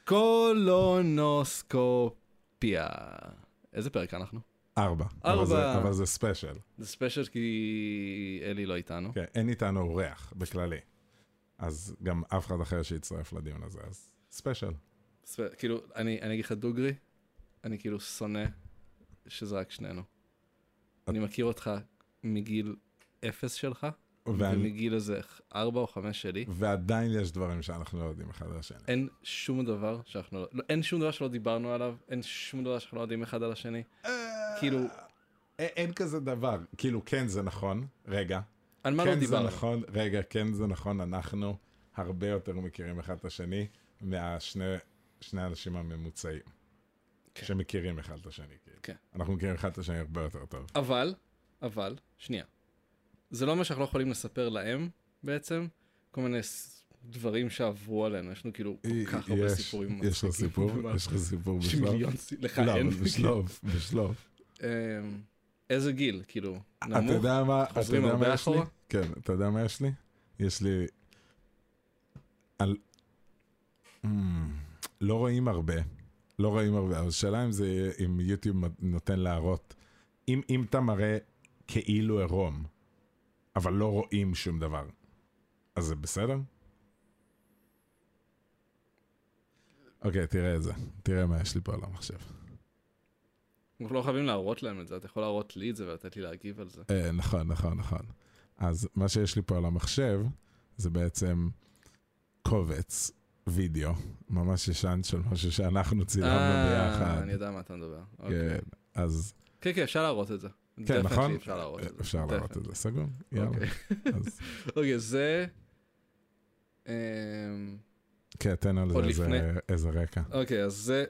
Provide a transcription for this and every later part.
קולונוסקופיה. איזה פרק אנחנו? 4. אבל זה ספיישל. זה ספיישל כי אלי לא איתנו. כן, אין איתנו אורח בכללי. אז גם אף אחד אחר שיצטרף לדיון הזה, אז ספיישל. כאילו, אני אגיד לך דוגרי, אני כאילו שונא שזה רק שנינו. אני מכיר אותך מגיל 0 שלך, ומגיל איזה 4 או 5 שלי. ועדיין יש דברים שאנחנו לא יודעים אחד על השני. אין שום דבר שאנחנו אין שום דבר שלא דיברנו עליו, אין שום דבר שאנחנו לא יודעים אחד על השני. כאילו... אין כזה דבר. כאילו, כן, זה נכון. רגע. על מה לא דיברנו? רגע, כן, זה נכון. אנחנו הרבה יותר מכירים אחד את השני מהשני האנשים הממוצעים. שמכירים אחד את השני. כן. אנחנו מכירים אחד את השני הרבה יותר טוב. אבל, שנייה. זה לא אומר שאנחנו לא יכולים לספר להם בעצם, כל מיני דברים שעברו עלינו, יש לנו כאילו כל כך הרבה סיפורים. יש לך סיפור? יש לך סיפור בשלוף? שמיליון לך אין. לא, אבל בשלוף. איזה גיל, כאילו, נמוך? אתה יודע מה יש לי? אחורה? כן, אתה יודע מה יש לי? יש לי... לא רואים הרבה, אבל השאלה אם יוטיוב נותן להראות, אם אתה מראה כאילו עירום, אבל לא רואים שום דבר, אז זה בסדר? אוקיי, תראה את זה. תראה מה יש לי פה על המחשב. אנחנו לא חייבים להראות להם את זה, אתה יכול להראות לי את זה ולתת לי להגיב על זה. נכון. אז מה שיש לי פה על המחשב, זה בעצם קובץ וידאו, ממש ישן של משהו שאנחנו צילמנו ביחד. אני יודע מה אתה מדבר. כן, אז... כן, אפשר להראות את זה. כן, נכון? אפשר להראות את זה. אפשר להראות את זה, סגור? יאללה. אוקיי, זה... כן, תן על זה איזה רקע. אוקיי, אז זה...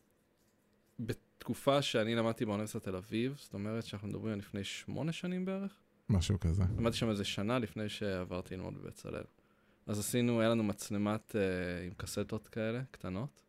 בתקופה שאני למדתי באוניברסיטת תל אביב, זאת אומרת שאנחנו מדברים לפני 8 שנים בערך. משהו כזה. למדתי שם איזה שנה לפני שעברתי ללמוד בבצלאל. אז היה לנו מצלמת עם קסטות כאלה, קטנות,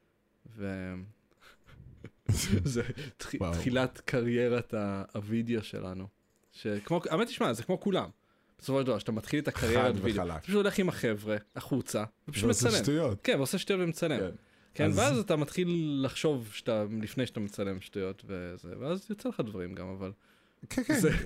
זה תחילת קריירת הווידאו שלנו. האמת תשמע, זה כמו כולם. בסופו של דבר, שאתה מתחיל את הקריירת וידאו, אתה פשוט הולך עם החבר'ה, החוצה, ופשוט מצלם. ועושה שטויות. כן, ועושה שטויות ומצלם. כן, ואז אתה מתחיל לחשוב לפני שאתה מצלם שטויות וזה, ואז יוצא לך דברים גם, אבל... כן,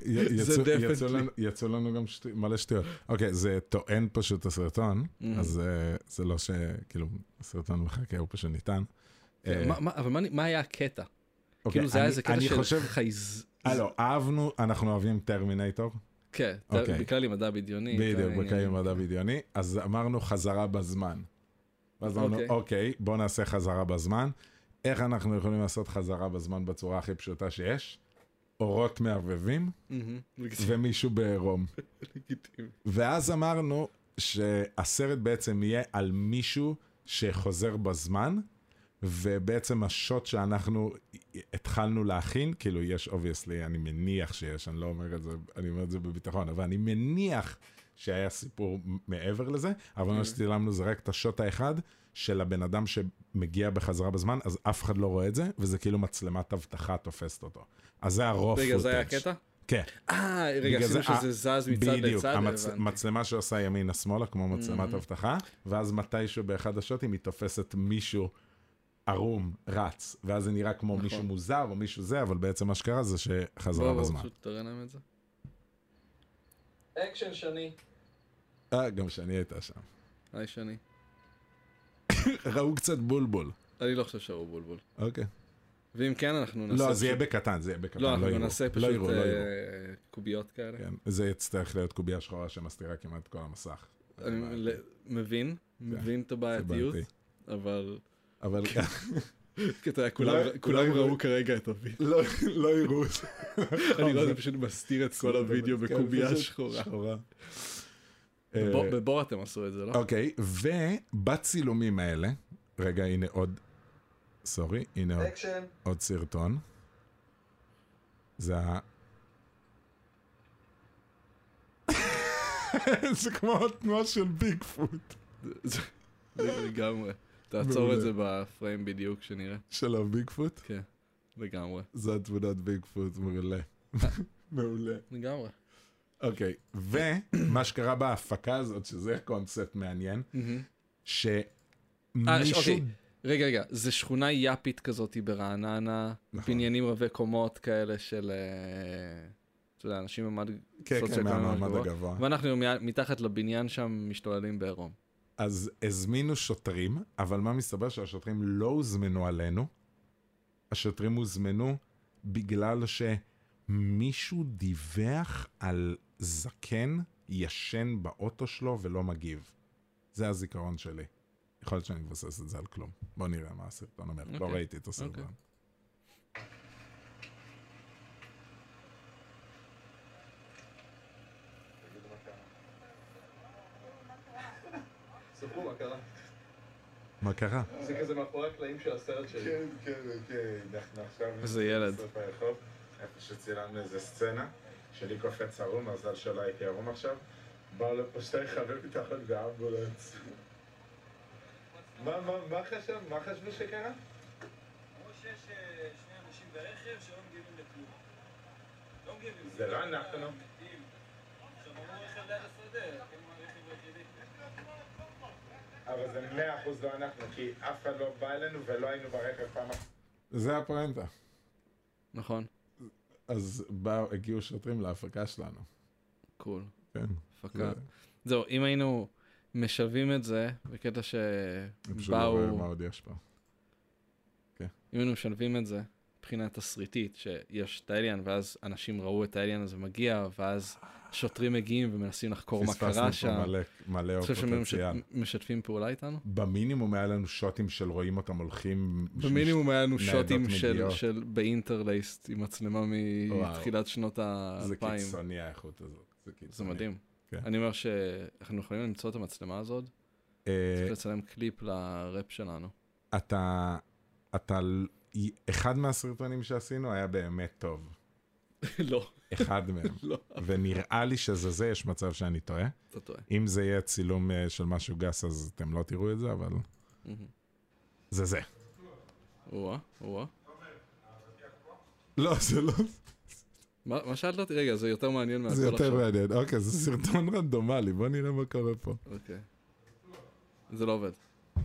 יצאו לנו גם מלא שטויות. אוקיי, זה טוען פשוט הסרטון, אז זה לא שכאילו, הסרטון מחכה, הוא פשוט ניתן. אבל מה היה הקטע? כאילו זה היה איזה קטע של חייז... אנחנו אוהבים טרמינטור. כן, בכלל עם מדע בדיוני. בדיוק, בכלל עם מדע בדיוני, אז אמרנו חזרה בזמן. ואז אמרנו, אוקיי, בוא נעשה חזרה בזמן. איך אנחנו יכולים לעשות חזרה בזמן בצורה הכי פשוטה שיש? אורות מערבבים, ומישהו בעירום. ואז אמרנו שהסרט בעצם יהיה על מישהו שחוזר בזמן, ובעצם השוט שאנחנו התחלנו להכין, כאילו יש, obviously, אני מניח שיש, אני לא אומר את זה, אני אומר את זה בביטחון, אבל אני מניח שהיה סיפור מעבר לזה, אבל מה שצילמנו זה רק את השוט האחד, של הבן אדם שמגיע בחזרה בזמן, אז אף אחד לא רואה את זה, וזה כאילו מצלמת הבטחה תופסת אותו. אז זה הרוב פוטאג'. רגע, זה היה הקטע? כן. רגע, עשינו שזה זז מצד לצד. בדיוק, מצלמה שעושה ימינה שמאלה, כמו מצלמת הבטחה, ואז מתישהו באחד השוטים היא תופסת מישהו ערום, רץ, ואז זה נראה כמו מישהו מוזר או מישהו זה, אבל בעצם מה שקרה זה שחזרה בזמן. בוא, פשוט תראה להם את זה. אקשן שני. גם שני הייתה שם. היי שני. ראו קצת בולבול. אני לא חושב שראו בולבול. אוקיי. ואם כן, אנחנו נעשה... לא, זה יהיה בקטן, לא, אנחנו נעשה פשוט קוביות כאלה. כן, זה יצטרך להיות קוביה שחורה שמסתירה כמעט את כל המסך. אני מבין את הבעייתיות, אבל... כולם ראו כרגע את הוידאו. לא יראו את זה. אני לא יודע, פשוט מסתיר את כל הוידאו בקוביה שחורה. בבור אתם עשו את זה, לא? אוקיי, ובצילומים האלה, רגע, הנה עוד, הנה עוד סרטון. זה זה כמו התנועה של ביג פוט. זה לגמרי. תעצור את זה בפריים בדיוק שנראה. של הביג פוט? כן, לגמרי. זה התמונת ביג פוט, מעולה. מעולה. לגמרי. אוקיי, ומה שקרה בהפקה הזאת, שזה קונספט מעניין, שמישהו... רגע, זה שכונה יאפית כזאת ברעננה, בניינים רבי קומות כאלה של, אתה יודע, אנשים ממעמד מהמעמד הגבוה. ואנחנו מתחת לבניין שם משתוללים בעירום. אז הזמינו שוטרים, אבל מה מסתבר שהשוטרים לא הוזמנו עלינו, השוטרים הוזמנו בגלל שמישהו דיווח על זקן ישן באוטו שלו ולא מגיב. זה הזיכרון שלי. יכול להיות שאני מבסס את זה על כלום. בוא נראה מה הסרטון אומר. לא ראיתי את הסרטון. ספרו מה קרה. מה קרה? זה כזה מאחורי הקלעים של הסרט שלי. כן. אנחנו עכשיו... איזה ילד. איפה שצילמנו איזה סצנה, שלי קופץ ערום, מזל שלא הייתי ערום עכשיו. באו לפה שתי חבר מתחת באמבולנס. מה חשבו שקרה? אמרו שיש שני אנשים ברכב שלא מגיבים לכלום. לא מגיבים. זה לא אנחנו. עכשיו אמרו רכב ליד השדה, כאילו רכב היחידי. אבל זה 100% לא אנחנו, כי אף אחד לא בא אלינו ולא היינו ברכב פעם. זה הפואנטה. נכון. אז הגיעו שוטרים להפקה שלנו. קול. כן. הפקה. זהו, אם היינו משלבים את זה, בקטע שבאו... פשוט לא רואה מה עוד יש פה. אם היינו משלבים את זה, מבחינה תסריטית, שיש את האליאן, ואז אנשים ראו את האליאן הזה מגיע, ואז שוטרים מגיעים ומנסים לחקור מה קרה שם. פספסנו פה מלא פוטנציאל. חושב שמשתפים פעולה איתנו? במינימום היה לנו שוטים של רואים אותם הולכים... במינימום היה לנו שוטים של באינטרלייסט עם מצלמה מתחילת שנות ה-2000. זה קיצוני האיכות הזאת. זה מדהים. אני אומר שאנחנו יכולים למצוא את המצלמה הזאת, צריך לצלם קליפ לראפ שלנו. אחד מהסרטונים שעשינו היה באמת טוב. לא. אחד מהם. לא. ונראה לי שזה, יש מצב שאני טועה. אתה טועה. אם זה יהיה צילום של משהו גס, אז אתם לא תראו את זה, אבל... זה. וואה. לא, זה לא... מה שאלת אותי? רגע, זה יותר מעניין מהכל עכשיו. עכשיו. זה יותר מעניין. אוקיי, זה סרטון רנדומלי, בוא נראה מה קורה פה. אוקיי. זה לא עובד.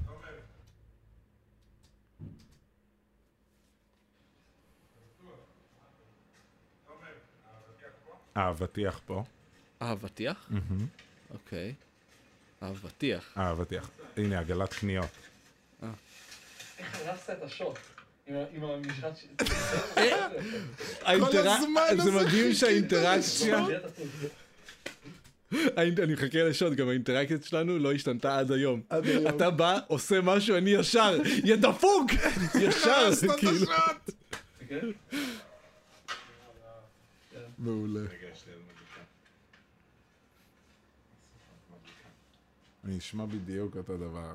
האבטיח פה. האבטיח? אוקיי. האבטיח. האבטיח. הנה, עגלת קניות. איך הרסת את השוט? עם המשחק ש... כל הזמן זה מדהים שהאינטראקציה... אני מחכה לשוט, גם האינטראקציה שלנו לא השתנתה עד היום. אתה בא, עושה משהו, אני ישר, יא דפוק! ישר, זה כאילו... מעולה. אני אשמע בדיוק אותו דבר.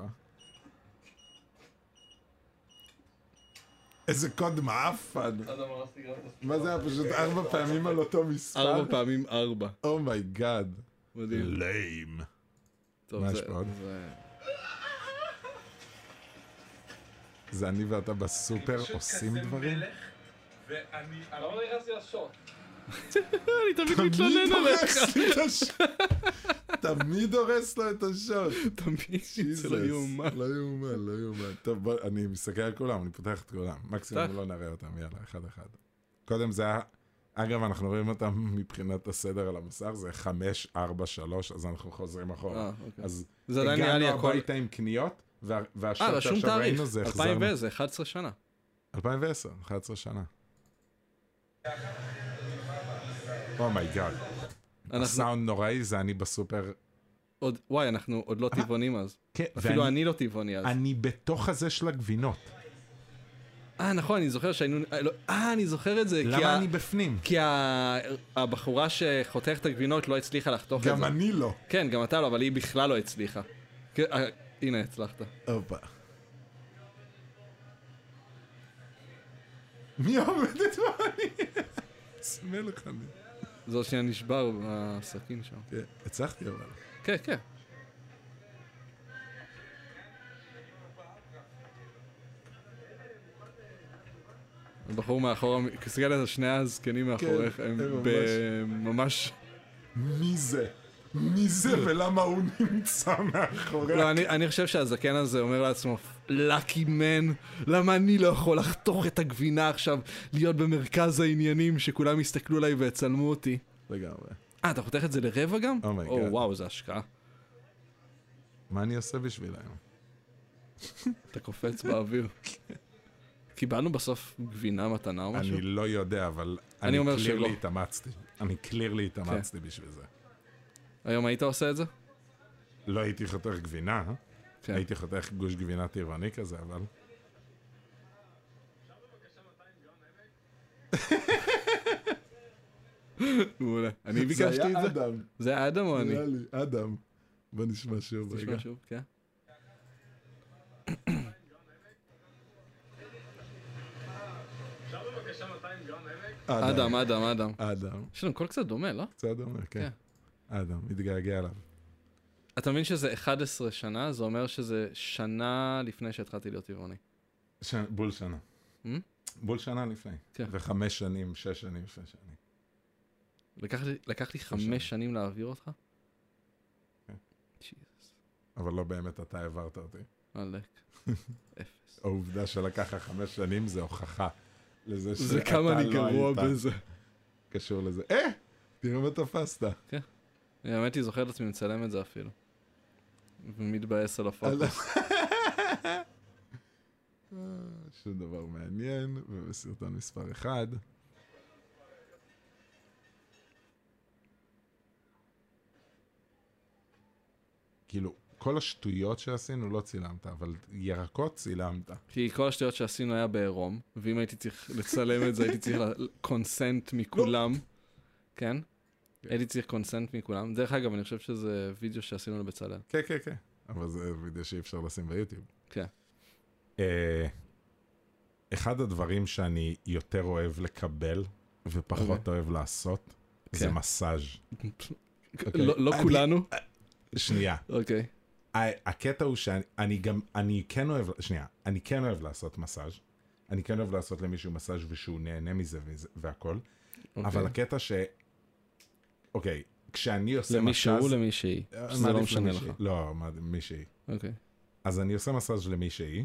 איזה קוד מאפן. מה זה היה פשוט 4 פעמים על אותו מספר? 4 פעמים 4. אומייגאד. מדהים. ליים. טוב, מה יש פה עוד? זה אני ואתה בסופר עושים דברים? ואני... לא נכנסתי לשוט. אני תמיד מתלונן עליך. תמיד הורס לו את השוט. תמיד, זה לא יאומן. לא יאומן. טוב, בוא, אני מסתכל על כולם, אני פותח את כולם. מקסימום לא נראה אותם, יאללה, אחד. קודם זה היה, אגב, אנחנו רואים אותם מבחינת הסדר על המסך, זה 5, 4, 3, אז אנחנו חוזרים אחורה. אז הגענו הביתה עם קניות, והשוט שעכשיו ראינו זה החזרנו. 2010, 11 שנה. 2010, 11 שנה. אומייגאד. הסאונד נוראי, זה אני בסופר. וואי, אנחנו עוד לא טבעונים אז. אפילו אני לא טבעוני אז. אני בתוך הזה של הגבינות. נכון, אני זוכר שהיינו... אני זוכר את זה. למה אני בפנים? כי הבחורה שחותכת את הגבינות לא הצליחה לחתוך את זה. גם אני לא. כן, גם אתה לא, אבל היא בכלל לא הצליחה. הנה, הצלחת. אופה. מי עומדת ואני? מלך אני. זאת שנייה נשבר בסכין שם. כן, הצלחתי אבל. כן. הבחור מאחורה, כסגל את השני הזקנים מאחורך, הם ממש... מי זה? מי זה ולמה הוא נמצא מאחורי? לא, אני חושב שהזקן הזה אומר לעצמו, לקי מן, למה אני לא יכול לחתוך את הגבינה עכשיו, להיות במרכז העניינים, שכולם יסתכלו עליי ויצלמו אותי. לגמרי. אתה חותך את זה לרבע גם? אומייגאד. וואו, זה השקעה. מה אני עושה בשבילם? אתה קופץ באוויר. קיבלנו בסוף גבינה מתנה או משהו? אני לא יודע, אבל אני אומר קלירלי שלא. התאמצתי. אני קלירלי התאמצתי בשביל זה. היום היית עושה את זה? לא הייתי חותך גבינה, כן. הייתי חותך גוש גבינה טבעוני כזה, אבל... מעולה. אני ביקשתי את זה? אדם. זה היה אדם או אני? נראה לי, אדם. בוא נשמע שוב. רגע. תשמע שוב, כן. אפשר בבקשה 200 גרם עמק? אדם. אדם. יש לנו קול קצת דומה, לא? קצת דומה, כן. אדם, מתגעגע אליו. אתה מבין שזה 11 שנה? זה אומר שזה שנה לפני שהתחלתי להיות טבעוני. בול שנה. בול שנה לפני. כן. ו6 שנים, 6 שנים לפני שאני. לקח לי 5 שנים להעביר אותך? כן. ג'יזוס. אבל לא באמת אתה העברת אותי. עלק. אפס. העובדה שלקח 5 שנים זה הוכחה לזה שאתה זה כמה אני לא גרוע היית בזה. קשור לזה. תראה מה תפסת. אני האמת היא זוכר את עצמי מצלם את זה אפילו. ומתבאס על הפוקוס. שום דבר מעניין, ובסרטון מספר 1. כאילו, כל השטויות שעשינו לא צילמת, אבל ירקות צילמת. כי כל השטויות שעשינו היה בעירום, ואם הייתי צריך לצלם את זה, הייתי צריך קונסנט מכולם. כן? הייתי צריך קונסנט מכולם. דרך אגב, אני חושב שזה וידאו שעשינו לבצלאל. כן. אבל זה וידאו שאי אפשר לשים ביוטיוב. כן. אחד הדברים שאני יותר אוהב לקבל, ופחות אוהב לעשות, זה מסאז'. לא כולנו? שנייה. אוקיי. הקטע הוא שאני כן אוהב, אני כן אוהב לעשות מסאז'. אני כן אוהב לעשות למישהו מסאז' ושהוא נהנה מזה והכל. אבל הקטע אוקיי, כשאני עושה למישהו או למישהי? שזה לא משנה לך. לא, מישהי. אוקיי. אז אני עושה מסאז' למישהי,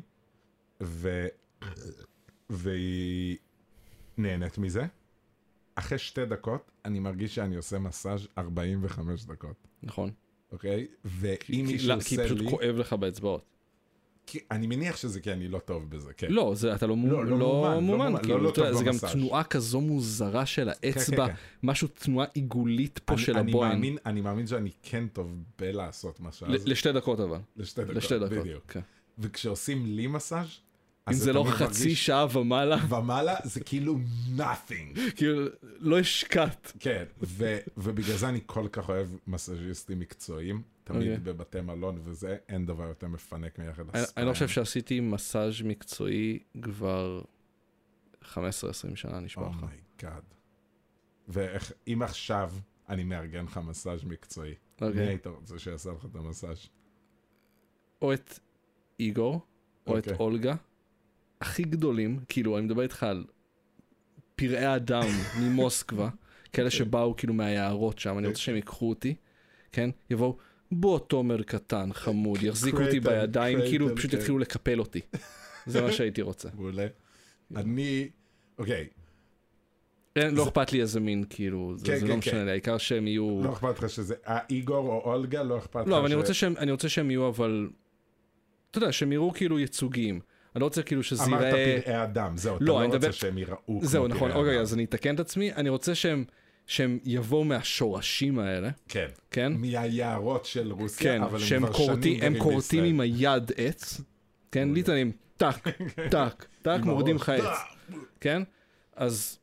והיא נהנית מזה. אחרי 2 דקות, אני מרגיש שאני עושה מסאז' 45 דקות. נכון. אוקיי? ואם מישהו עושה לי... כי פשוט כואב לך באצבעות. אני מניח שזה כי אני לא טוב בזה, כן. לא, אתה לא מומן. לא טוב זה גם במסאז'. תנועה כזו מוזרה של האצבע, משהו, תנועה עיגולית פה של הבוין. אני מאמין שאני כן טוב בלעשות מסאז'. ל2 דקות אבל. ל2 דקות, בדיוק. וכשעושים לי מסאז', אם זה לא חצי שעה ומעלה, זה כאילו nothing. כאילו, לא השקעת. כן, ובגלל זה אני כל כך אוהב מסאז'יסטים מקצועיים, תמיד בבתי מלון וזה, אין דבר יותר מפנק מיחד הספיים. אני לא חושב שעשיתי מסאז' מקצועי כבר 15-20 שנה, נשמע לך. אומייגאד. ואם עכשיו אני מארגן לך מסאז' מקצועי, מי היית רוצה שיעשה לך את המסאז'? או את איגור, או את אולגה. הכי גדולים, כאילו, אני מדבר איתך על פראי אדם ממוסקבה, כאלה שבאו כאילו מהיערות שם, אני רוצה שהם ייקחו אותי, כן? יבואו, בוא תומר קטן, חמוד, יחזיקו אותי בידיים, כאילו פשוט יתחילו לקפל אותי. זה מה שהייתי רוצה. מעולה. אוקיי. לא אכפת לי איזה מין, כאילו, זה לא משנה לי, העיקר שהם יהיו... לא אכפת לך שזה איגור או אולגה, לא אכפת לך לא, אבל אני רוצה שהם יהיו, אבל... אתה יודע, שהם יראו כאילו ייצוגיים. אני לא רוצה כאילו שזה יראה... אמרת פראי אדם, זהו, אתה לא רוצה שהם יראו כמו פראי אדם. זהו, נכון, אוקיי, אז אני אתקן את עצמי, אני רוצה שהם יבואו מהשורשים האלה. כן. כן? מהיערות של רוסיה, כן, אבל שהם כורתים עם היד עץ, כן? ליטנים, טק, טק, טק, מורדים לך עץ. כן? אז...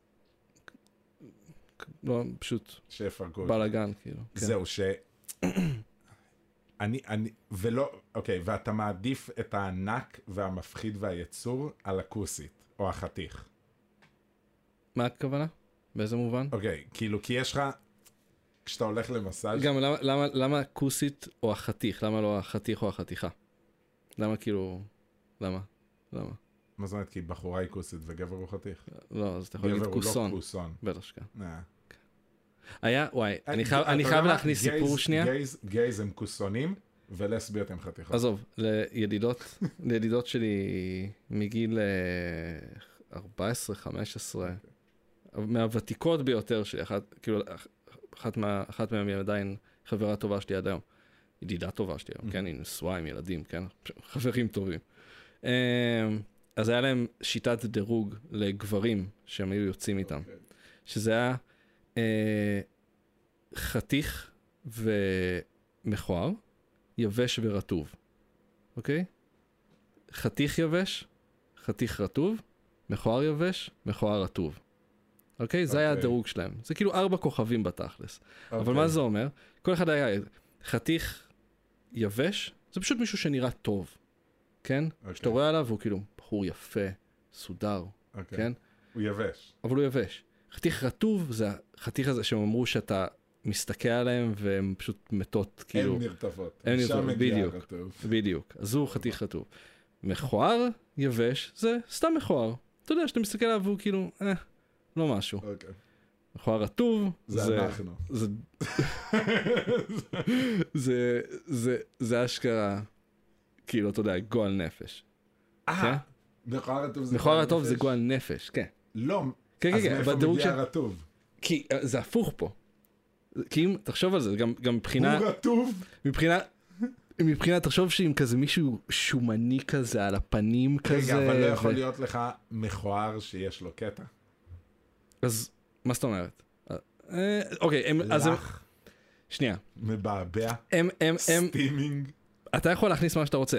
לא, פשוט... בלגן, כאילו. זהו, ולא, אוקיי, ואתה מעדיף את הענק והמפחיד והיצור על הכוסית, או החתיך. מה הכוונה? באיזה מובן? אוקיי, כאילו, כי יש לך, כשאתה הולך למסאז' גם למה הכוסית או החתיך? למה לא החתיך או החתיכה? למה כאילו, למה? מה זאת אומרת? כי בחורה היא כוסית וגבר הוא חתיך. לא, אז אתה יכול להגיד כוסון. גבר הוא לא כוסון. בטח שכן. היה, וואי, אני חייב להכניס סיפור שנייה. גייז הם כוסונים, ולסביות הם חתיכות. עזוב, לידידות שלי מגיל 14, 15, מהוותיקות ביותר שלי, אחת מהן היא עדיין חברה טובה שלי עד היום. ידידה טובה שלי היום, כן? היא נשואה עם ילדים, כן? חברים טובים. אז היה להם שיטת דירוג לגברים שהם היו יוצאים איתם. שזה היה חתיך ומכוער, יבש ורטוב. אוקיי? חתיך יבש, חתיך רטוב, מכוער יבש, מכוער רטוב. אוקיי? זה היה הדירוג שלהם. זה כאילו 4 כוכבים בתכלס. אבל מה זה אומר? כל אחד היה חתיך יבש, זה פשוט מישהו שנראה טוב. כן? שאתה רואה עליו, הוא כאילו בחור יפה, סודר. כן? הוא יבש. אבל הוא יבש. חתיך רטוב, זה החתיך הזה שהם אמרו שאתה מסתכל עליהם והם פשוט מתות, כאילו. הם נרטבות. הם נרטבות, בדיוק. בדיוק. אז הוא חתיך רטוב. מכוער, יבש, זה סתם מכוער. אתה יודע, שאתה מסתכל עליו והוא כאילו, לא משהו. מכוער רטוב, זה אנחנו. זה אשכרה, כאילו, אתה יודע, גועל נפש. מכוער רטוב זה גועל נפש, כן. לא, אז מאיפה מגיע רטוב? כי זה הפוך פה. כי אם, תחשוב על זה, גם מבחינה... הוא רטוב? מבחינה, תחשוב שאם כזה מישהו שומני כזה, על הפנים כזה... רגע, אבל לא יכול להיות לך מכוער שיש לו קטע? אז, מה זאת אומרת? אוקיי, אז... שנייה. מבעבע? סטימינג? אתה יכול להכניס מה שאתה רוצה.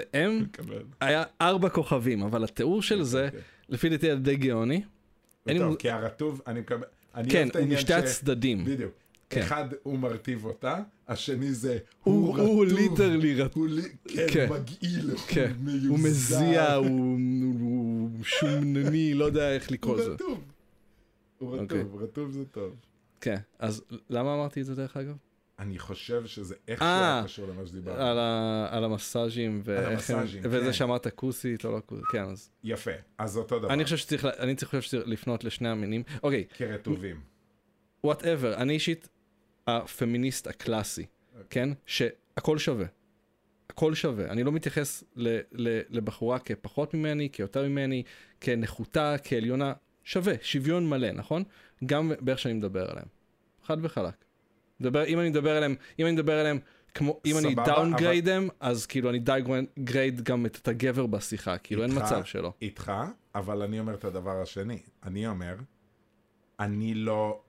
היה 4 כוכבים, אבל התיאור של זה, לפי דעתי על די גאוני. טוב, כי הרטוב, אני מקבל... כן, הוא משתי הצדדים. בדיוק. אחד הוא מרטיב אותה, השני זה הוא רטוב. הוא ליטרלי רטוב. כן, מגעיל, מיוזר. הוא מזיע, הוא שומנני, לא יודע איך לקרוא לזה. הוא רטוב, רטוב זה טוב. כן, אז למה אמרתי את זה דרך אגב? אני חושב שזה איך שהיה קשור למה שדיברנו. על המסאז'ים, וזה שאמרת כוסית או לא כוסית, כן, אז... יפה, אז אותו דבר. אני חושב שצריך לפנות לשני המינים. אוקיי. כרטובים. whatever, אני אישית הפמיניסט הקלאסי, כן? שהכל שווה. הכל שווה. אני לא מתייחס לבחורה כפחות ממני, כיותר ממני, כנחותה, כעליונה. שווה, שוויון מלא, נכון? גם באיך שאני מדבר עליהם. חד וחלק. אם אני מדבר עליהם, כמו, אם אני דאונגרייד הם, אז כאילו אני דאונגרייד גם את הגבר בשיחה, כאילו אין מצב שלו. איתך, אבל אני אומר את הדבר השני. אני אומר, אני לא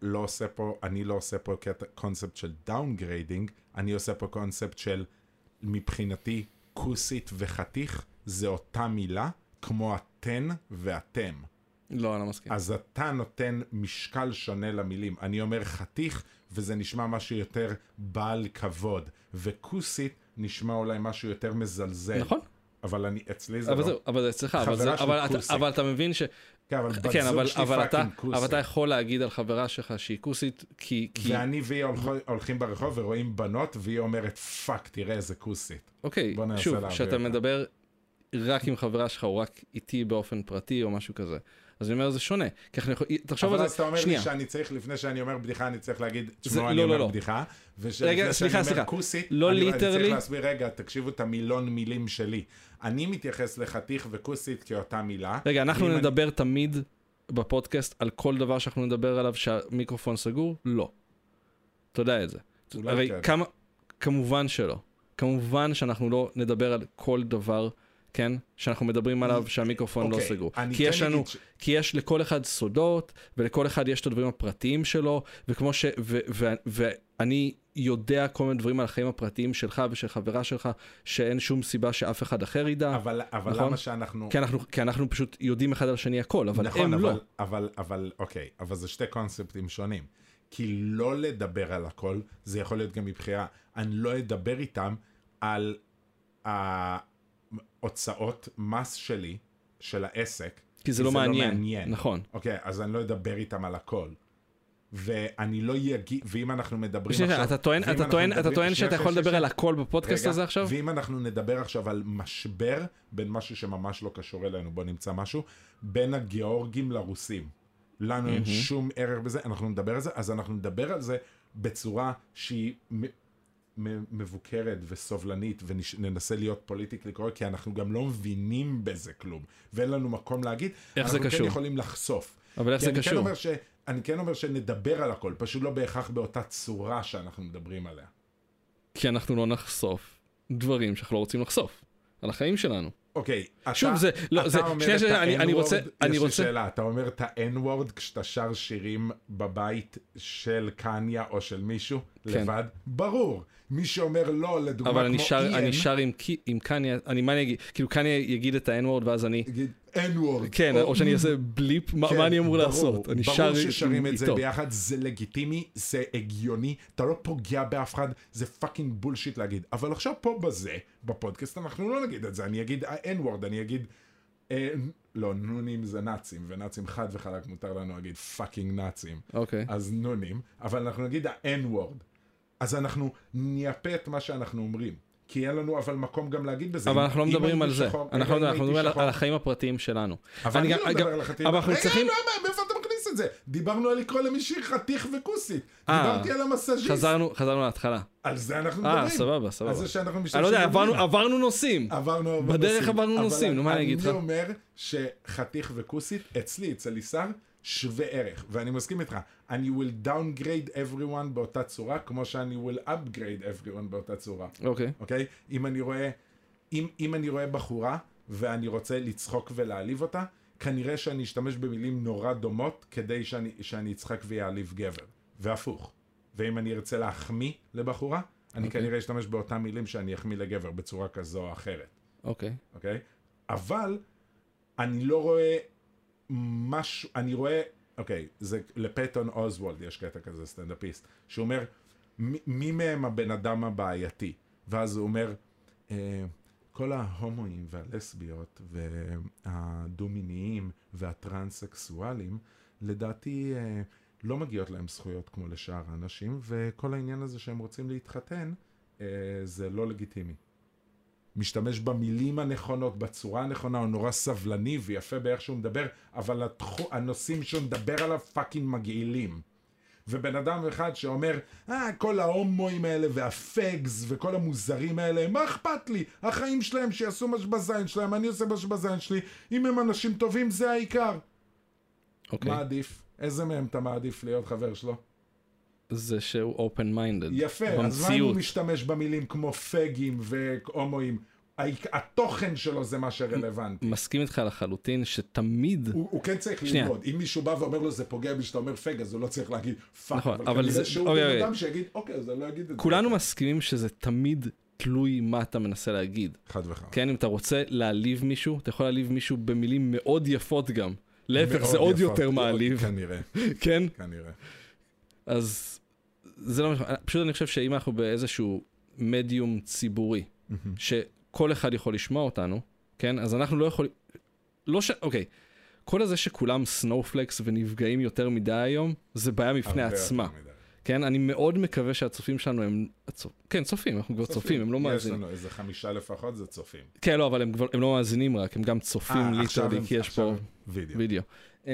עושה פה קונספט של דאונגריידינג, אני עושה פה קונספט של, מבחינתי, כוסית וחתיך, זה אותה מילה, כמו אתן ואתם. לא, אני לא מסכים. אז אתה נותן משקל שונה למילים. אני אומר חתיך, וזה נשמע משהו יותר בעל כבוד. וכוסית נשמע אולי משהו יותר מזלזל. נכון. אבל אצלי זה אבל לא. זהו, אבל אצלך, אבל אתה מבין ש... כן, אבל בת זוג שלי פאקינג כוסית. אבל אתה יכול להגיד על חברה שלך שהיא כוסית, כי... ואני והיא הולכים ברחוב ורואים בנות, והיא אומרת, פאק, תראה איזה כוסית. אוקיי, שוב, שאתה מדבר רק עם חברה שלך, או רק איתי באופן פרטי, או משהו כזה. אז אני אומר, זה שונה. תחשוב על זה, אבל אז אתה אומר לי שאני צריך, לפני שאני אומר בדיחה, אני צריך להגיד, תשמעו, אני אומר בדיחה, רגע, סליחה, כוסית, לא אני ליטרלי. צריך להסביר, רגע, תקשיבו את המילון מילים שלי. אני מתייחס לחתיך וכוסית כאותה מילה. רגע, אנחנו נדבר תמיד בפודקאסט על כל דבר שאנחנו נדבר עליו שהמיקרופון סגור? לא. אתה יודע את זה. הרי כמובן שלא. כמובן שאנחנו לא נדבר על כל דבר, כן? שאנחנו מדברים עליו שהמיקרופון לא סגור. כי יש לכל אחד סודות, ולכל אחד יש את הדברים הפרטיים שלו, וכמו ש... ואני יודע כל מיני דברים על החיים הפרטיים שלך ושל חברה שלך, שאין שום סיבה שאף אחד אחר ידע. אבל למה שאנחנו... כי אנחנו פשוט יודעים אחד על השני הכל, אבל הם לא. אבל אוקיי, אבל זה שתי קונספטים שונים. כי לא לדבר על הכל, זה יכול להיות גם מבחירה. אני לא אדבר איתם על ההוצאות מס שלי, של העסק. כי זה לא מעניין. נכון. אוקיי, אז אני לא אדבר איתם על הכל. ואני לא יגיד, ואם אנחנו מדברים עכשיו... אתה טוען שאתה יכול לדבר על הכל בפודקאסט הזה עכשיו? ואם אנחנו נדבר עכשיו על משבר, בין משהו שממש לא קשור אלינו, בוא נמצא משהו, בין הגיאורגים לרוסים. לנו אין שום ערך בזה, אנחנו נדבר על זה, אז אנחנו נדבר על זה בצורה שהיא מבוקרת וסובלנית, וננסה להיות פוליטיקלי קורקט, כי אנחנו גם לא מבינים בזה כלום, ואין לנו מקום להגיד, אנחנו כן יכולים לחשוף. אבל איך זה קשור? אני כן אומר שנדבר על הכל, פשוט לא בהכרח באותה צורה שאנחנו מדברים עליה. כי אנחנו לא נחשוף דברים שאנחנו לא רוצים לחשוף, על החיים שלנו. אוקיי, שוב, זה, לא, זה, אני רוצה, יש לי שאלה, אתה אומר את ה-N-word כשאתה שר שירים בבית של קניה או של מישהו, לבד? ברור. מי שאומר לא, לדוגמה כמו איין. אבל אני שר עם קניה, מה אני אגיד? כאילו קניה יגיד את ה-N-word ואז אני... יגיד N-word. כן, או שאני אעשה בליפ, מה אני אמור לעשות? ברור ששרים את זה ביחד, זה לגיטימי, זה הגיוני, אתה לא פוגע באף אחד, זה פאקינג בולשיט להגיד. אבל עכשיו פה בזה, בפודקאסט, אנחנו לא נגיד את זה, אני אגיד ה-N-word, אני אגיד... לא, נונים זה נאצים, ונאצים חד וחלק מותר לנו להגיד פאקינג נאצים. אוקיי. אז נונים, אבל אנחנו נגיד ה-N-word. אז אנחנו נייפה את מה שאנחנו אומרים. כי אין לנו אבל מקום גם להגיד בזה. אבל אנחנו לא מדברים על זה. אנחנו מדברים על החיים הפרטיים שלנו. אבל אני לא מדבר על החיים. אבל אנחנו צריכים... רגע, מאיפה אתה מכניס את זה? דיברנו על לקרוא למישהי חתיך וכוסית. דיברתי על המסאז'יסט. חזרנו להתחלה. על זה אנחנו מדברים. סבבה. על זה שאנחנו משתמשים. אני לא יודע, עברנו נושאים. בדרך עברנו נושאים. נו, מה אני אגיד לך? אני אומר שחתיך וכוסית, אצלי, אצל ליסר, שווה ערך, ואני מסכים איתך, אני will downgrade everyone באותה צורה, כמו שאני will upgrade everyone באותה צורה. אוקיי. אוקיי? אם אני רואה בחורה, ואני רוצה לצחוק ולהעליב אותה, כנראה שאני אשתמש במילים נורא דומות, כדי שאני אצחק ויעליב גבר. והפוך. ואם אני ארצה להחמיא לבחורה, אני כנראה אשתמש באותם מילים שאני אחמיא לגבר, בצורה כזו או אחרת. אוקיי. אוקיי? אבל, אני לא רואה... משהו, אני רואה, אוקיי, זה לפטון אוזוולד, יש קטע כזה סטנדאפיסט, שהוא אומר, מי מהם הבן אדם הבעייתי? ואז הוא אומר, כל ההומואים והלסביות והדומיניים והטרנסקסואלים, לדעתי לא מגיעות להם זכויות כמו לשאר האנשים, וכל העניין הזה שהם רוצים להתחתן, זה לא לגיטימי. משתמש במילים הנכונות, בצורה הנכונה, הוא נורא סבלני ויפה באיך שהוא מדבר, אבל הנושאים שהוא מדבר עליו פאקינג מגעילים. ובן אדם אחד שאומר, כל ההומואים האלה והפגס וכל המוזרים האלה, מה אכפת לי? החיים שלהם שיעשו משהו בזין שלהם, אני עושה משהו בזין שלי, אם הם אנשים טובים זה העיקר. מה עדיף? איזה מהם אתה מעדיף להיות חבר שלו? זה שהוא open minded. יפה, אז מה הוא משתמש במילים כמו פגים והומואים? התוכן שלו זה מה שרלוונטי. מסכים איתך לחלוטין שתמיד... הוא כן צריך ללמוד. אם מישהו בא ואומר לו זה פוגע בי שאתה אומר פג, אז הוא לא צריך להגיד פאק. נכון, אבל כנראה שהוא בן אדם שיגיד, אוקיי, אז אני לא אגיד את זה. כולנו מסכימים שזה תמיד תלוי מה אתה מנסה להגיד. חד וחד. כן, אם אתה רוצה להעליב מישהו, אתה יכול להעליב מישהו במילים מאוד יפות גם. להפך, זה עוד יותר מעליב. כנראה. כן? כנראה. אז זה לא משהו, פשוט אני חושב שאם אנחנו באיזשהו מדיום ציבורי, שכל אחד יכול לשמוע אותנו, כן? אז אנחנו לא יכולים, אוקיי, כל הזה שכולם סנופלקס ונפגעים יותר מדי היום, זה בעיה מפני עצמה. כן? אני מאוד מקווה שהצופים שלנו הם, כן, צופים, אנחנו כבר צופים, הם לא מאזינים. יש לנו איזה 5 לפחות, זה צופים. כן, לא, אבל הם לא מאזינים רק, הם גם צופים ליטרלי, כי יש פה וידאו.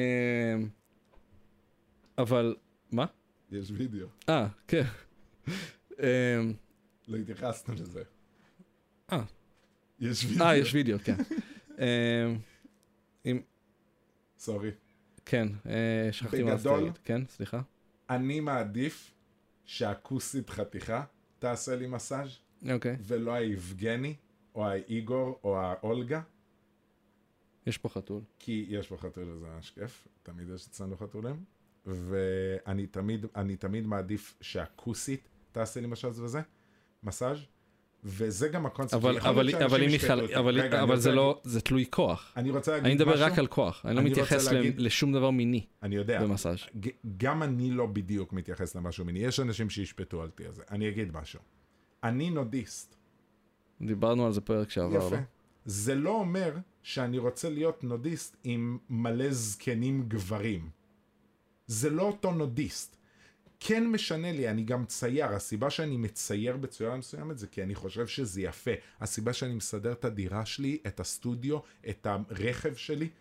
אבל, מה? יש וידאו. כן. לא התייחסנו לזה. יש וידאו. יש וידאו, כן. סורי. כן, שכחתי מה סטייט. כן, סליחה. אני מעדיף שהכוסית חתיכה תעשה לי מסאז' אוקיי. ולא היבגני, או האיגור, או האולגה. יש פה חתול. כי יש פה חתול, זה ממש כיף. תמיד יש אצלנו חתולים. ואני תמיד מעדיף שהכוסית תעשה לי מסאז' וזה גם הקונספט. אבל זה תלוי כוח. אני רוצה להגיד משהו. אני מדבר רק על כוח. אני לא מתייחס לשום דבר מיני. אני יודע. במסאז'. גם אני לא בדיוק מתייחס למשהו מיני. יש אנשים שישפטו על זה. אני אגיד משהו. אני נודיסט. דיברנו על זה פרק שעבר. יפה. זה לא אומר שאני רוצה להיות נודיסט עם מלא זקנים גברים. זה לא אותו נודיסט. כן משנה לי, אני גם צייר. הסיבה שאני מצייר בצורה מסוימת זה כי אני חושב שזה יפה. הסיבה שאני מסדר את הדירה שלי, את הסטודיו, את הרכב שלי,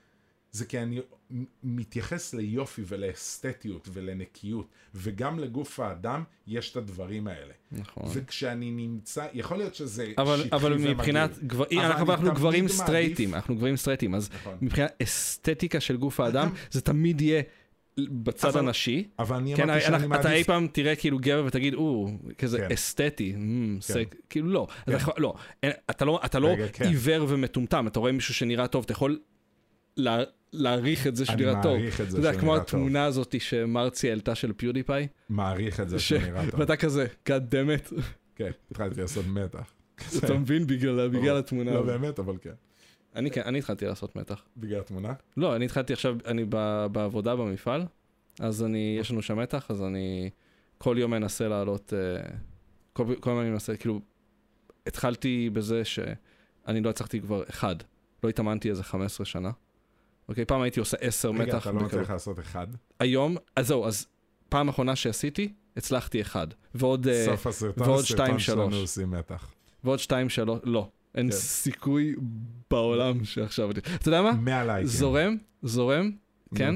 זה כי אני מתייחס ליופי ולאסתטיות ולנקיות, וגם לגוף האדם יש את הדברים האלה. נכון. וכשאני נמצא, יכול להיות שזה שטחי ומגעיל. אבל מבחינת, אנחנו גברים סטרייטים, אז מבחינת אסתטיקה של גוף האדם, זה תמיד יהיה בצד הנשי. אבל אני אמרתי שאני מעדיף... אתה אי פעם תראה כאילו גבר ותגיד, כזה אסתטי, כאילו לא. אתה לא עיוור ומטומטם, אתה רואה מישהו שנראה טוב, אתה יכול להעריך את זה שנראה טוב. אני מעריך את זה שנראה טוב. כמו טוב. התמונה הזאת שמרצי העלתה של פיודיפיי. מעריך את זה שנראה טוב. ואתה כזה, God damn it. כן, התחלתי לעשות מתח. אתה מבין בגלל התמונה. לא באמת, אבל כן. אני התחלתי לעשות מתח. בגלל התמונה? לא, אני התחלתי עכשיו, אני בעבודה במפעל, אז יש לנו שם מתח, אז אני כל יום מנסה לעלות, כל יום אני מנסה, כאילו, התחלתי בזה שאני לא הצלחתי כבר אחד, לא התאמנתי איזה 15 שנה. אוקיי, פעם הייתי עושה 10 מתח. רגע, אתה לא מצליח לעשות אחד? היום, אז זהו, אז פעם האחרונה שעשיתי, הצלחתי אחד. ועוד 2-3. שלנו עושים מתח. ועוד 2-3, לא. אין סיכוי בעולם שעכשיו... אתה יודע מה? 100 לייקים. זורם, כן?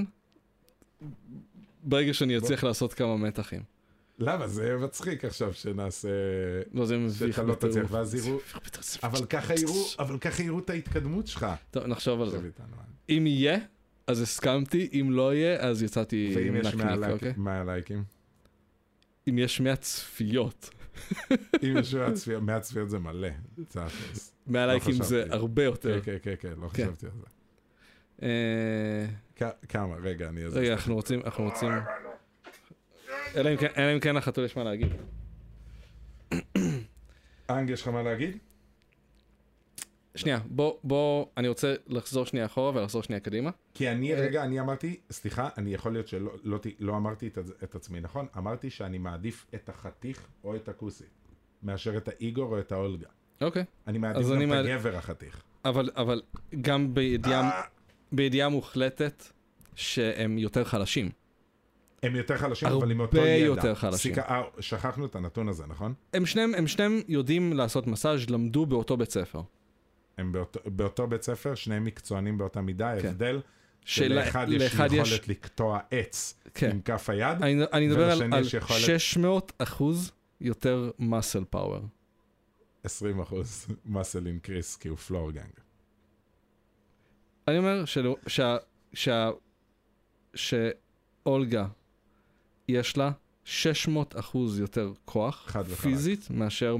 ברגע שאני אצליח לעשות כמה מתחים. למה? זה מצחיק עכשיו שנעשה... לא, זה מביך בטירוף. אבל ככה יראו את ההתקדמות שלך. טוב, נחשוב על זה. אם יהיה, אז הסכמתי, אם לא יהיה, אז יצאתי נקניק, אוקיי? 100 לייקים? אם יש 100 צפיות. אם יש 100 צפיות זה מלא. 100 לייקים זה הרבה יותר. כן, לא חשבתי על זה. כמה? רגע, אני אעזור. רגע, אנחנו רוצים... אלא אם כן החתול יש מה להגיד. אנג, יש לך מה להגיד? שנייה, בוא, אני רוצה לחזור שנייה אחורה ולחזור שנייה קדימה. כי אני אמרתי, סליחה, אני יכול להיות שלא אמרתי את עצמי, נכון? אמרתי שאני מעדיף את החתיך או את הכוסי, מאשר את האיגור או את האולגה. אוקיי. אני מעדיף גם את הגבר החתיך. אבל גם בידיעה מוחלטת שהם יותר חלשים. הם יותר חלשים, אבל עם אותו ידע. הרבה יותר חלשים. שכחנו את הנתון הזה, נכון? הם שניהם יודעים לעשות מסאז', למדו באותו בית ספר. הם באותו בית ספר, שניהם מקצוענים באותה מידה, ההבדל שלאחד יש יכולת לקטוע עץ עם כף היד, אני מדבר על 600% יותר muscle power. 20% muscle increase, כי הוא פלור גנג. אני אומר שאולגה יש לה 600% יותר כוח פיזית מאשר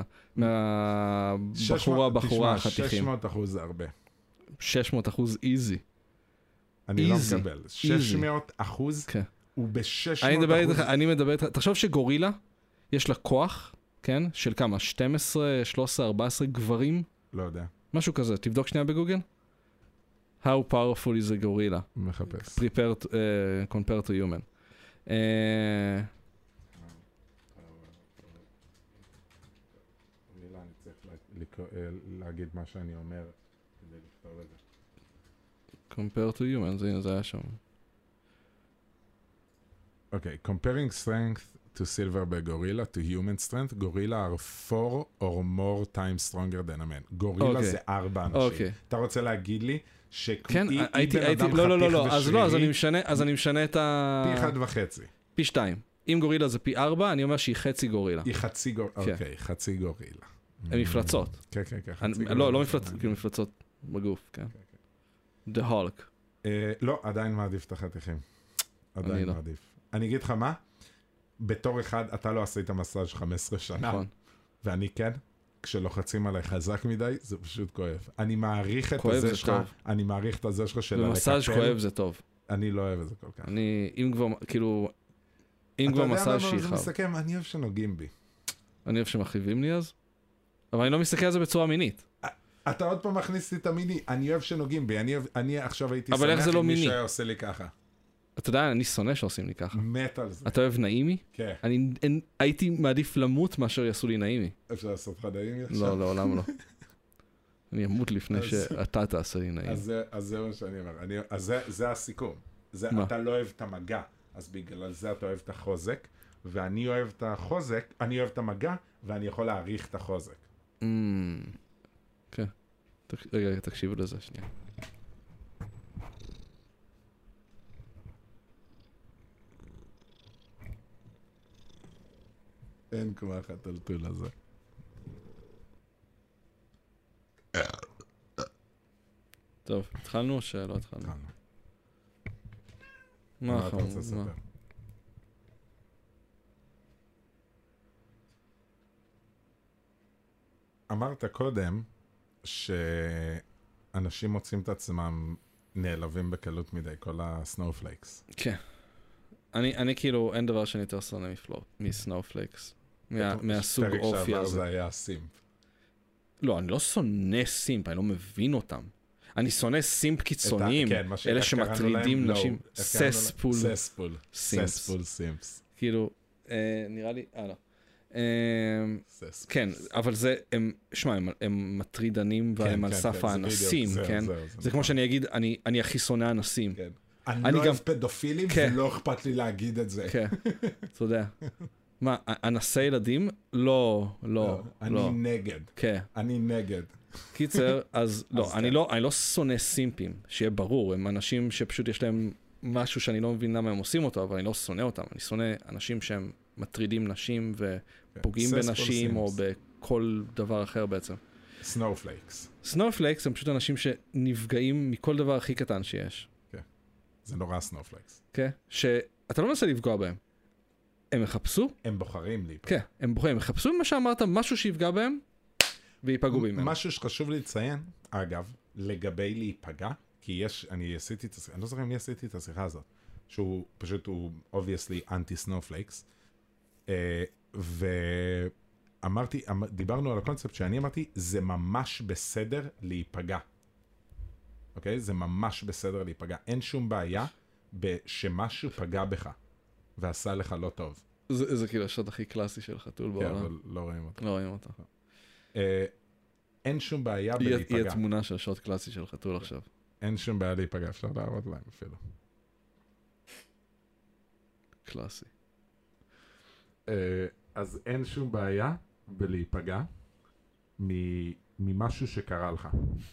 מהבחורה החתיכים. 600% זה הרבה. 600% איזי. אני לא מקבל. 600% הוא ב-600%. אני מדבר איתך, תחשוב שגורילה יש לה כוח, כן? של כמה? 12, 13, 14 גברים? לא יודע. משהו כזה, תבדוק שנייה בגוגל. How powerful is a gorilla? מחפש. Compared to human. אני צריך להגיד מה שאני אומר כדי לפתור את זה. Compared to human, זה היה שם. אוקיי, comparing strength to silverback gorilla to human strength, gorilla are 4 or more times stronger than a man. גורילה זה 4 אנשים. אתה רוצה להגיד לי כן, הייתי, לא, אז אני משנה את פי 1.5. פי 2. אם גורילה זה פי 4, אני אומר שהיא חצי גורילה. היא חצי גורילה, אוקיי, חצי גורילה. הן מפלצות. כן, לא מפלצות, כאילו מפלצות בגוף, כן. The Hulk. לא, עדיין מעדיף את החתיכים. עדיין מעדיף. אני אגיד לך מה, בתור אחד, אתה לא עשית מסאז' 15 שנה. נכון. ואני כן. כשלוחצים עליי חזק מדי, זה פשוט כואב. אני מעריך את הזה שלך, אני מעריך את הזה שלך של הלקפל. במסאז' כואב זה טוב. אני לא אוהב את זה כל כך. אם כבר, כאילו, אם כבר מסאז' שיחב. אתה יודע מה זה מסכם? אני אוהב שנוגעים בי. אני אוהב שמחריבים לי אז? אבל אני לא מסתכל על זה בצורה מינית. אתה עוד פעם מכניס לי את המיני, אני אוהב שנוגעים בי, אני עכשיו הייתי שמח אם מישהו היה עושה לי ככה. אתה יודע, אני שונא שעושים לי ככה. מת על זה. אתה אוהב נעימי? כן. אני הייתי מעדיף למות מאשר יעשו לי נעימי. אפשר לעשות לך נעימי עכשיו? לא, לעולם לא. אני אמות לפני שאתה תעשה לי נעימי. אז זה מה שאני אומר. אז זה הסיכום. אתה לא אוהב את המגע, אז בגלל זה אתה אוהב את החוזק, ואני אוהב את החוזק, אני אוהב את המגע, ואני יכול להעריך את החוזק. כן. רגע, תקשיבו לזה שנייה. אין כמו החתלתול הזה. טוב, התחלנו או שלא התחלנו? התחלנו. מה אתה רוצה לספר? אמרת קודם שאנשים מוצאים את עצמם נעלבים בקלות מדי, כל הסנואופלייקס. כן. אני כאילו, אין דבר שאני יותר שונא מסנואופלייקס. מהסוג אופי הזה. פרק שעבר זה היה סימפ. לא, אני לא שונא סימפ, אני לא מבין אותם. אני שונא סימפ קיצוניים, אלה שמטרידים נשים. סספול סימפס. כאילו, נראה לי, לא. כן, אבל זה, שמע, הם מטרידנים והם על סף האנסים, כן? זה כמו שאני אגיד, אני הכי שונא אנסים. אני לא אוהב פדופילים ולא אכפת לי להגיד את זה. כן, אתה יודע. מה, אנסי ילדים? לא. אני נגד. כן. אני נגד. קיצר, אז לא, אני לא שונא סימפים, שיהיה ברור, הם אנשים שפשוט יש להם משהו שאני לא מבין למה הם עושים אותו, אבל אני לא שונא אותם, אני שונא אנשים שהם מטרידים נשים ופוגעים בנשים או בכל דבר אחר בעצם. סנואופלייקס הם פשוט אנשים שנפגעים מכל דבר הכי קטן שיש. כן, זה נורא סנואופלייקס. כן, שאתה לא מנסה לפגוע בהם. הם יחפשו? הם בוחרים לי. כן, הם בוחרים, הם יחפשו מה שאמרת, משהו שיפגע בהם, ויפגעו בהם. משהו שחשוב לי לציין, אגב, לגבי להיפגע, כי אני לא זוכר אם אני עשיתי את השיחה הזאת, שהוא פשוט, הוא obviously anti-snowflakes, ואמרתי, דיברנו על הקונספט שאני אמרתי, זה ממש בסדר להיפגע. אוקיי? זה ממש בסדר להיפגע. אין שום בעיה שמשהו פגע בך, ועשה לך לא טוב. זה כאילו השוד הכי קלאסי של חתול בעולם. כן, אבל לא רואים אותו. לא רואים אותו. אין שום בעיה בלהיפגע. יהיה תמונה של שוד קלאסי של חתול עכשיו. אין שום בעיה להיפגע, אפשר להראות להם אפילו. קלאסי. אז אין שום בעיה בלהיפגע ממשהו שקרה לך.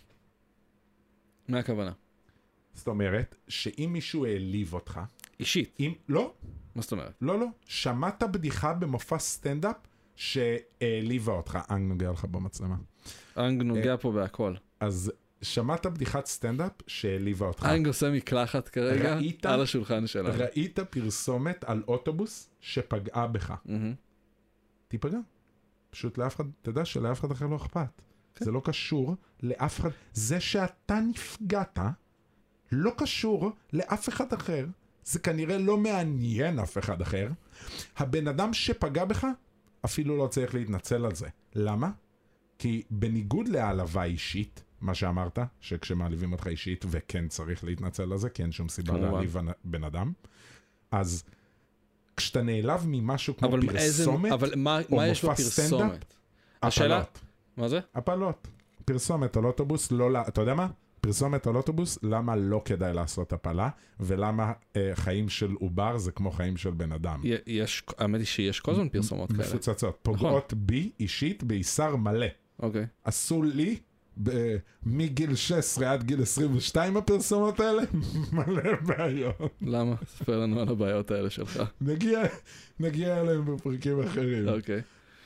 מה הכוונה? זאת אומרת, שאם מישהו העליב אותך... אישית? לא. מה זאת אומרת? לא. שמעת בדיחה במופע סטנדאפ שהעליבה אותך. אנג נוגע לך במצלמה. אנג נוגע פה בהכל. אז שמעת בדיחת סטנדאפ שהעליבה אותך. אנג עושה מקלחת כרגע על השולחן שלנו. ראית פרסומת על אוטובוס שפגעה בך. תיפגע. פשוט לאף אחד, תדע שלאף אחד אחר לא אכפת. זה לא קשור לאף אחד. זה שאתה נפגעת לא קשור לאף אחד אחר. זה כנראה לא מעניין אף אחד אחר. הבן אדם שפגע בך אפילו לא צריך להתנצל על זה. למה? כי בניגוד להעלבה אישית, מה שאמרת, שכשמעליבים אותך אישית וכן צריך להתנצל על זה, כי אין שום סיבה להעליב בן אדם, אז כשאתה נעלב ממשהו כמו פרסומת, אבל מה יש בפרסומת? הפלות. מה זה? הפלות. פרסומת על אוטובוס, אתה יודע מה? פרסומת על אוטובוס, למה לא כדאי לעשות הפלה, ולמה חיים של עובר זה כמו חיים של בן אדם. האמת היא שיש כל זמן פרסומות כאלה. מפוצצות. פוגעות בי אישית בישר מלא. אוקיי. עשו לי מגיל 16 עד גיל 22 הפרסומות האלה, מלא בעיות. למה? ספר לנו על הבעיות האלה שלך. נגיע אליהם בפרקים אחרים. אוקיי.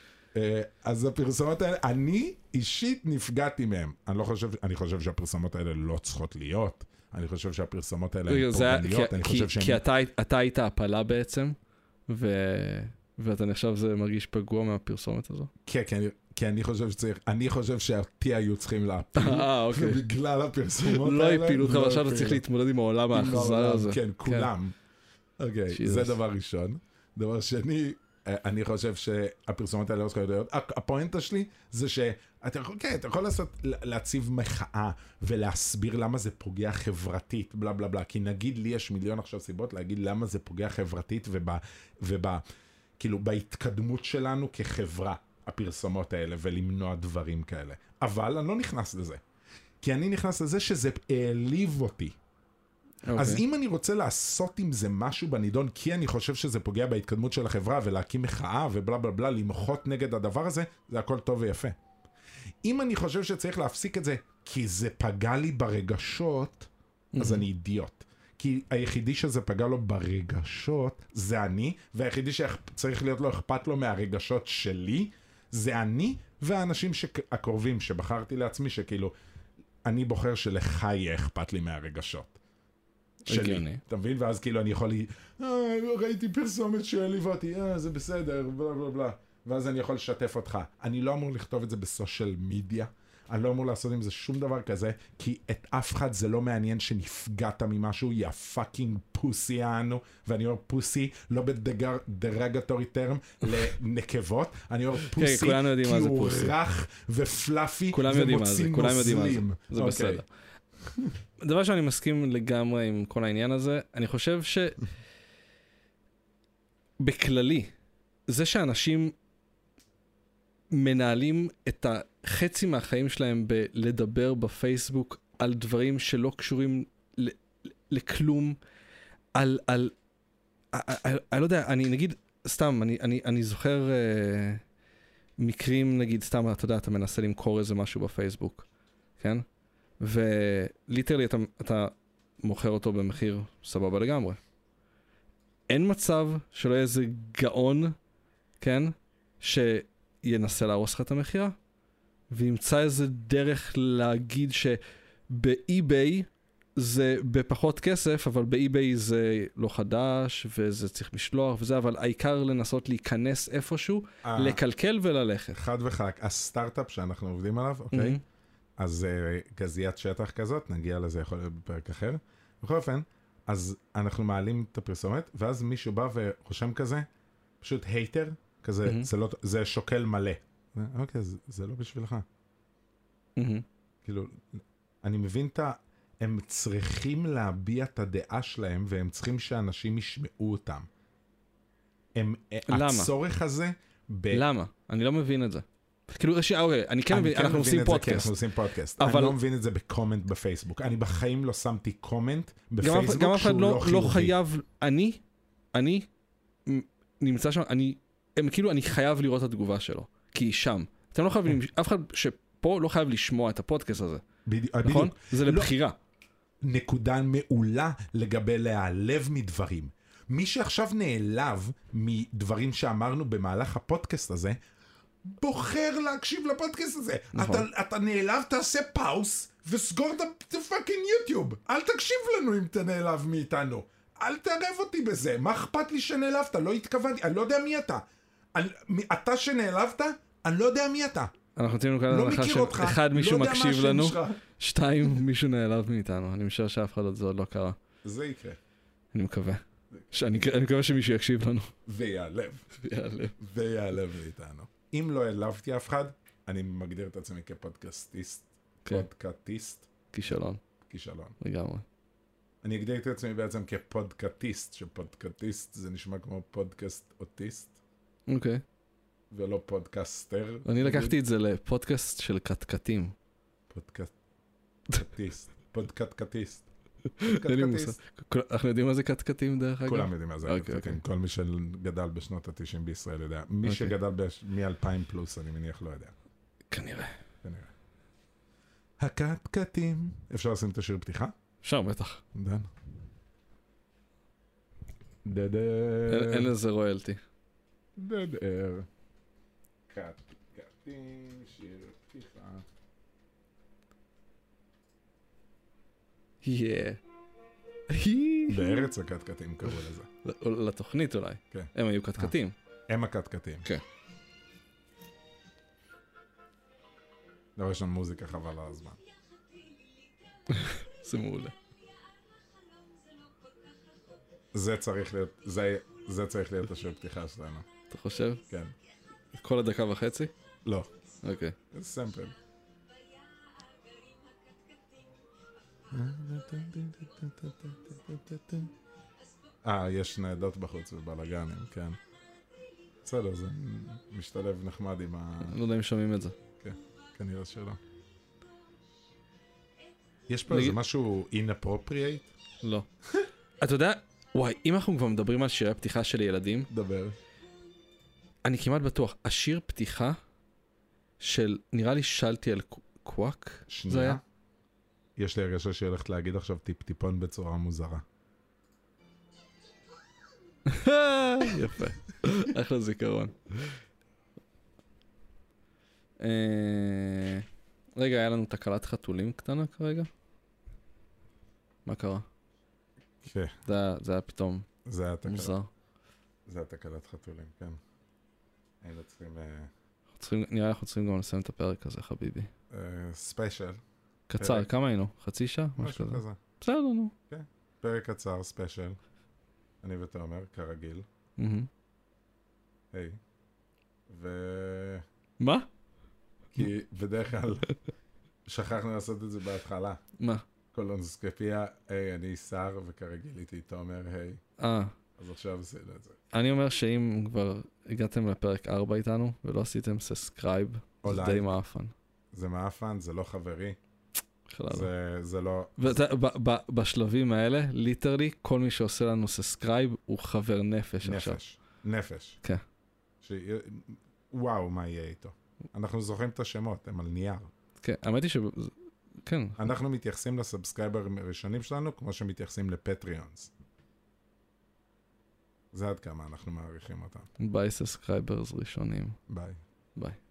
אז הפרסומות האלה, אני אישית נפגעתי מהם. אני חושב שהפרסומות האלה לא צריכות להיות. אני חושב שהפרסומות האלה הן פוגעניות. כי אתה היית הפלה בעצם, ואתה נחשב זה מרגיש פגוע מהפרסומת הזו? כן, כי אני חושב שאותי היו צריכים להפיל, ובגלל הפרסומות האלה... לא הפילו אותך, ועכשיו אתה צריך להתמודד עם העולם האכזר הזה. כן, כולם. אוקיי, זה דבר ראשון. דבר שני, אני חושב שהפרסומות האלה לא צריכות להיות. הפואנטה שלי זה שאתה יכול להציב מחאה ולהסביר למה זה פוגע חברתית, בלה בלה בלה, כי נגיד לי יש מיליון עכשיו סיבות להגיד למה זה פוגע חברתית כאילו בהתקדמות שלנו כחברה, הפרסומות האלה, ולמנוע דברים כאלה. אבל אני לא נכנס לזה. כי אני נכנס לזה שזה העליב אותי. אז אם אני רוצה לעשות עם זה משהו בנידון, כי אני חושב שזה פוגע בהתקדמות של החברה, ולהקים מחאה ובלה בלה בלה, למחות נגד הדבר הזה, זה הכל טוב ויפה. אם אני חושב שצריך להפסיק את זה, כי זה פגע לי ברגשות, אז אני אידיוט. כי היחידי שזה פגע לו ברגשות, זה אני, והיחידי שצריך להיות לו אכפת לו מהרגשות שלי, זה אני, והאנשים הקרובים שבחרתי לעצמי, שכאילו, אני בוחר שלך יהיה אכפת לי מהרגשות. שלי, אתה מבין? ואז כאילו אני יכול ראיתי פרסומת שהעליבה אותי, זה בסדר, בלה בלה בלה. ואז אני יכול לשתף אותך. אני לא אמור לכתוב את זה בסושיאל מדיה, אני לא אמור לעשות עם זה שום דבר כזה, כי את אף אחד זה לא מעניין שנפגעת ממשהו, יא פאקינג פוסי יענו, ואני אומר פוסי, לא בדרגטורי טרם לנקבות, אני אומר פוסי, כי הוא רך ופלאפי ומוציא נוזלים. זה בסדר. דבר שאני מסכים לגמרי עם כל העניין הזה, אני חושב בכללי, זה שאנשים מנהלים את החצי מהחיים שלהם בלדבר בפייסבוק על דברים שלא קשורים לכלום, אני לא יודע, אני נגיד, סתם, אני זוכר מקרים, נגיד, סתם, אתה יודע, אתה מנסה למכור איזה משהו בפייסבוק, כן? וליטרלי אתה מוכר אותו במחיר סבבה לגמרי. אין מצב שלא יהיה איזה גאון, כן? שינסה להרוס לך את המחירה, וימצא איזה דרך להגיד שבאי-ביי זה בפחות כסף, אבל באי-ביי זה לא חדש, וזה צריך משלוח וזה, אבל העיקר לנסות להיכנס איפשהו, לקלקל וללכת. חד וחלק. הסטארט-אפ שאנחנו עובדים עליו, אוקיי? אז גזיית שטח כזאת, נגיע לזה יכול להיות בפרק אחר. בכל אופן, אז אנחנו מעלים את הפרסומת, ואז מישהו בא ורושם כזה, פשוט הייטר, כזה, זה שוקל מלא. אוקיי, זה לא בשבילך. כאילו, אני מבין הם צריכים להביע את הדעה שלהם, והם צריכים שאנשים ישמעו אותם. למה? הצורך הזה למה? אני לא מבין את זה. כאילו, אני כן מבין, אנחנו עושים פודקאסט. אנחנו עושים פודקאסט. אני לא מבין את זה בקומנט בפייסבוק. אני בחיים לא שמתי קומנט בפייסבוק גם אף אחד שהוא לא חיובי. לא חייב, אני נמצא שם, כאילו אני חייב לראות את התגובה שלו, כי היא שם. אתם לא חייבים, אף אחד שפה לא חייב לשמוע את הפודקאסט הזה. נכון? זה לבחירה. נקודה מעולה לגבי להיעלב מדברים. מי שעכשיו נעלב מדברים שאמרנו במהלך הפודקאסט הזה, בוחר להקשיב לפודקאסט הזה. אתה נעלב, תעשה פאוס, וסגור את הפאקינג יוטיוב. אל תקשיב לנו אם אתה נעלב מאיתנו. אל תערב אותי בזה. מה אכפת לי שנעלבת? לא התכוונתי. אני לא יודע מי אתה. אתה שנעלבת, אני לא יודע מי אתה. אנחנו רוצים כאן הנחה שאחד מישהו מקשיב לנו, שתיים מישהו נעלב מאיתנו. אני משער שאף אחד זה עוד לא קרה. זה יקרה. אני מקווה. אני מקווה שמישהו יקשיב לנו. ויעלב מאיתנו. אם לא העלבתי אף אחד, אני מגדיר את עצמי כפודקאסטיסט. פודקאטיסט. כישלון. לגמרי. אני אגדיר את עצמי בעצם כפודקאטיסט, שפודקאטיסט זה נשמע כמו פודקאסט אוטיסט. אוקיי. ולא פודקאסטר. אני לקחתי את זה לפודקאסט של קטקטים. פודקאטיסט. פודקאטיסט. אנחנו יודעים מה זה קטקטים דרך אגב? כולם יודעים מה זה קטקטים. כל מי שגדל בשנות ה-90 בישראל יודע. מי שגדל מ-2000 פלוס, אני מניח לא יודע. כנראה. הקטקטים. אפשר לשים את השיר פתיחה? אפשר, בטח. דן. אין לזה רויאלטי. דדר. קטקטים, שיר פתיחה. בארץ הקטקטים קראו לזה. לתוכנית אולי. כן. הם היו קטקטים. הם הקטקטים. כן. לא, יש לנו מוזיקה חבל על הזמן. זה מעולה. זה צריך להיות השיר פתיחה שלנו. אתה חושב? כן. כל הדקה וחצי? לא. אוקיי. זה סמפל. יש ניידות בחוץ ובלגנים, כן. בסדר, זה משתלב נחמד עם לא יודע אם שומעים את זה. כן, כנראה שלא. יש פה איזה משהו inappropriate? לא. אתה יודע, וואי, אם אנחנו כבר מדברים על שירי הפתיחה של ילדים, דבר. אני כמעט בטוח, השיר פתיחה של, נראה לי שלתי על קוואק, שנייה. יש לי הרגשה שהיא הולכת להגיד עכשיו טיפ-טיפון בצורה מוזרה. יפה. אחלה זיכרון. רגע, היה לנו תקלת חתולים קטנה כרגע? מה קרה? כן. זה היה פתאום מוזר. זה היה תקלת חתולים, כן. היינו צריכים... נראה אנחנו צריכים גם לסיים את הפרק הזה, חביבי. ספיישל. קצר, כמה היינו? חצי שעה? משהו כזה. בסדר, נו. כן. פרק קצר, ספיישל. אני ותומר, כרגיל. היי. מה? כי בדרך כלל שכחנו לעשות את זה בהתחלה. מה? קולונוסקופיה, היי, אני שר, וכרגיל איתי תומר, היי. אז עכשיו עשינו את זה. אני אומר שאם כבר הגעתם לפרק 4 איתנו, ולא עשיתם סאסקרייב, זה די מאפן. זה מאפן, זה לא חברי. זה לא... בשלבים האלה, ליטרלי, כל מי שעושה לנו סאסקרייב הוא חבר נפש עכשיו. נפש. כן. וואו, מה יהיה איתו? אנחנו זוכרים את השמות, הם על נייר. כן, האמת היא כן. אנחנו מתייחסים לסאבסקרייברים הראשונים שלנו, כמו שמתייחסים לפטריונס. זה עד כמה אנחנו מעריכים אותם. ביי סאסקרייברס ראשונים. ביי. ביי.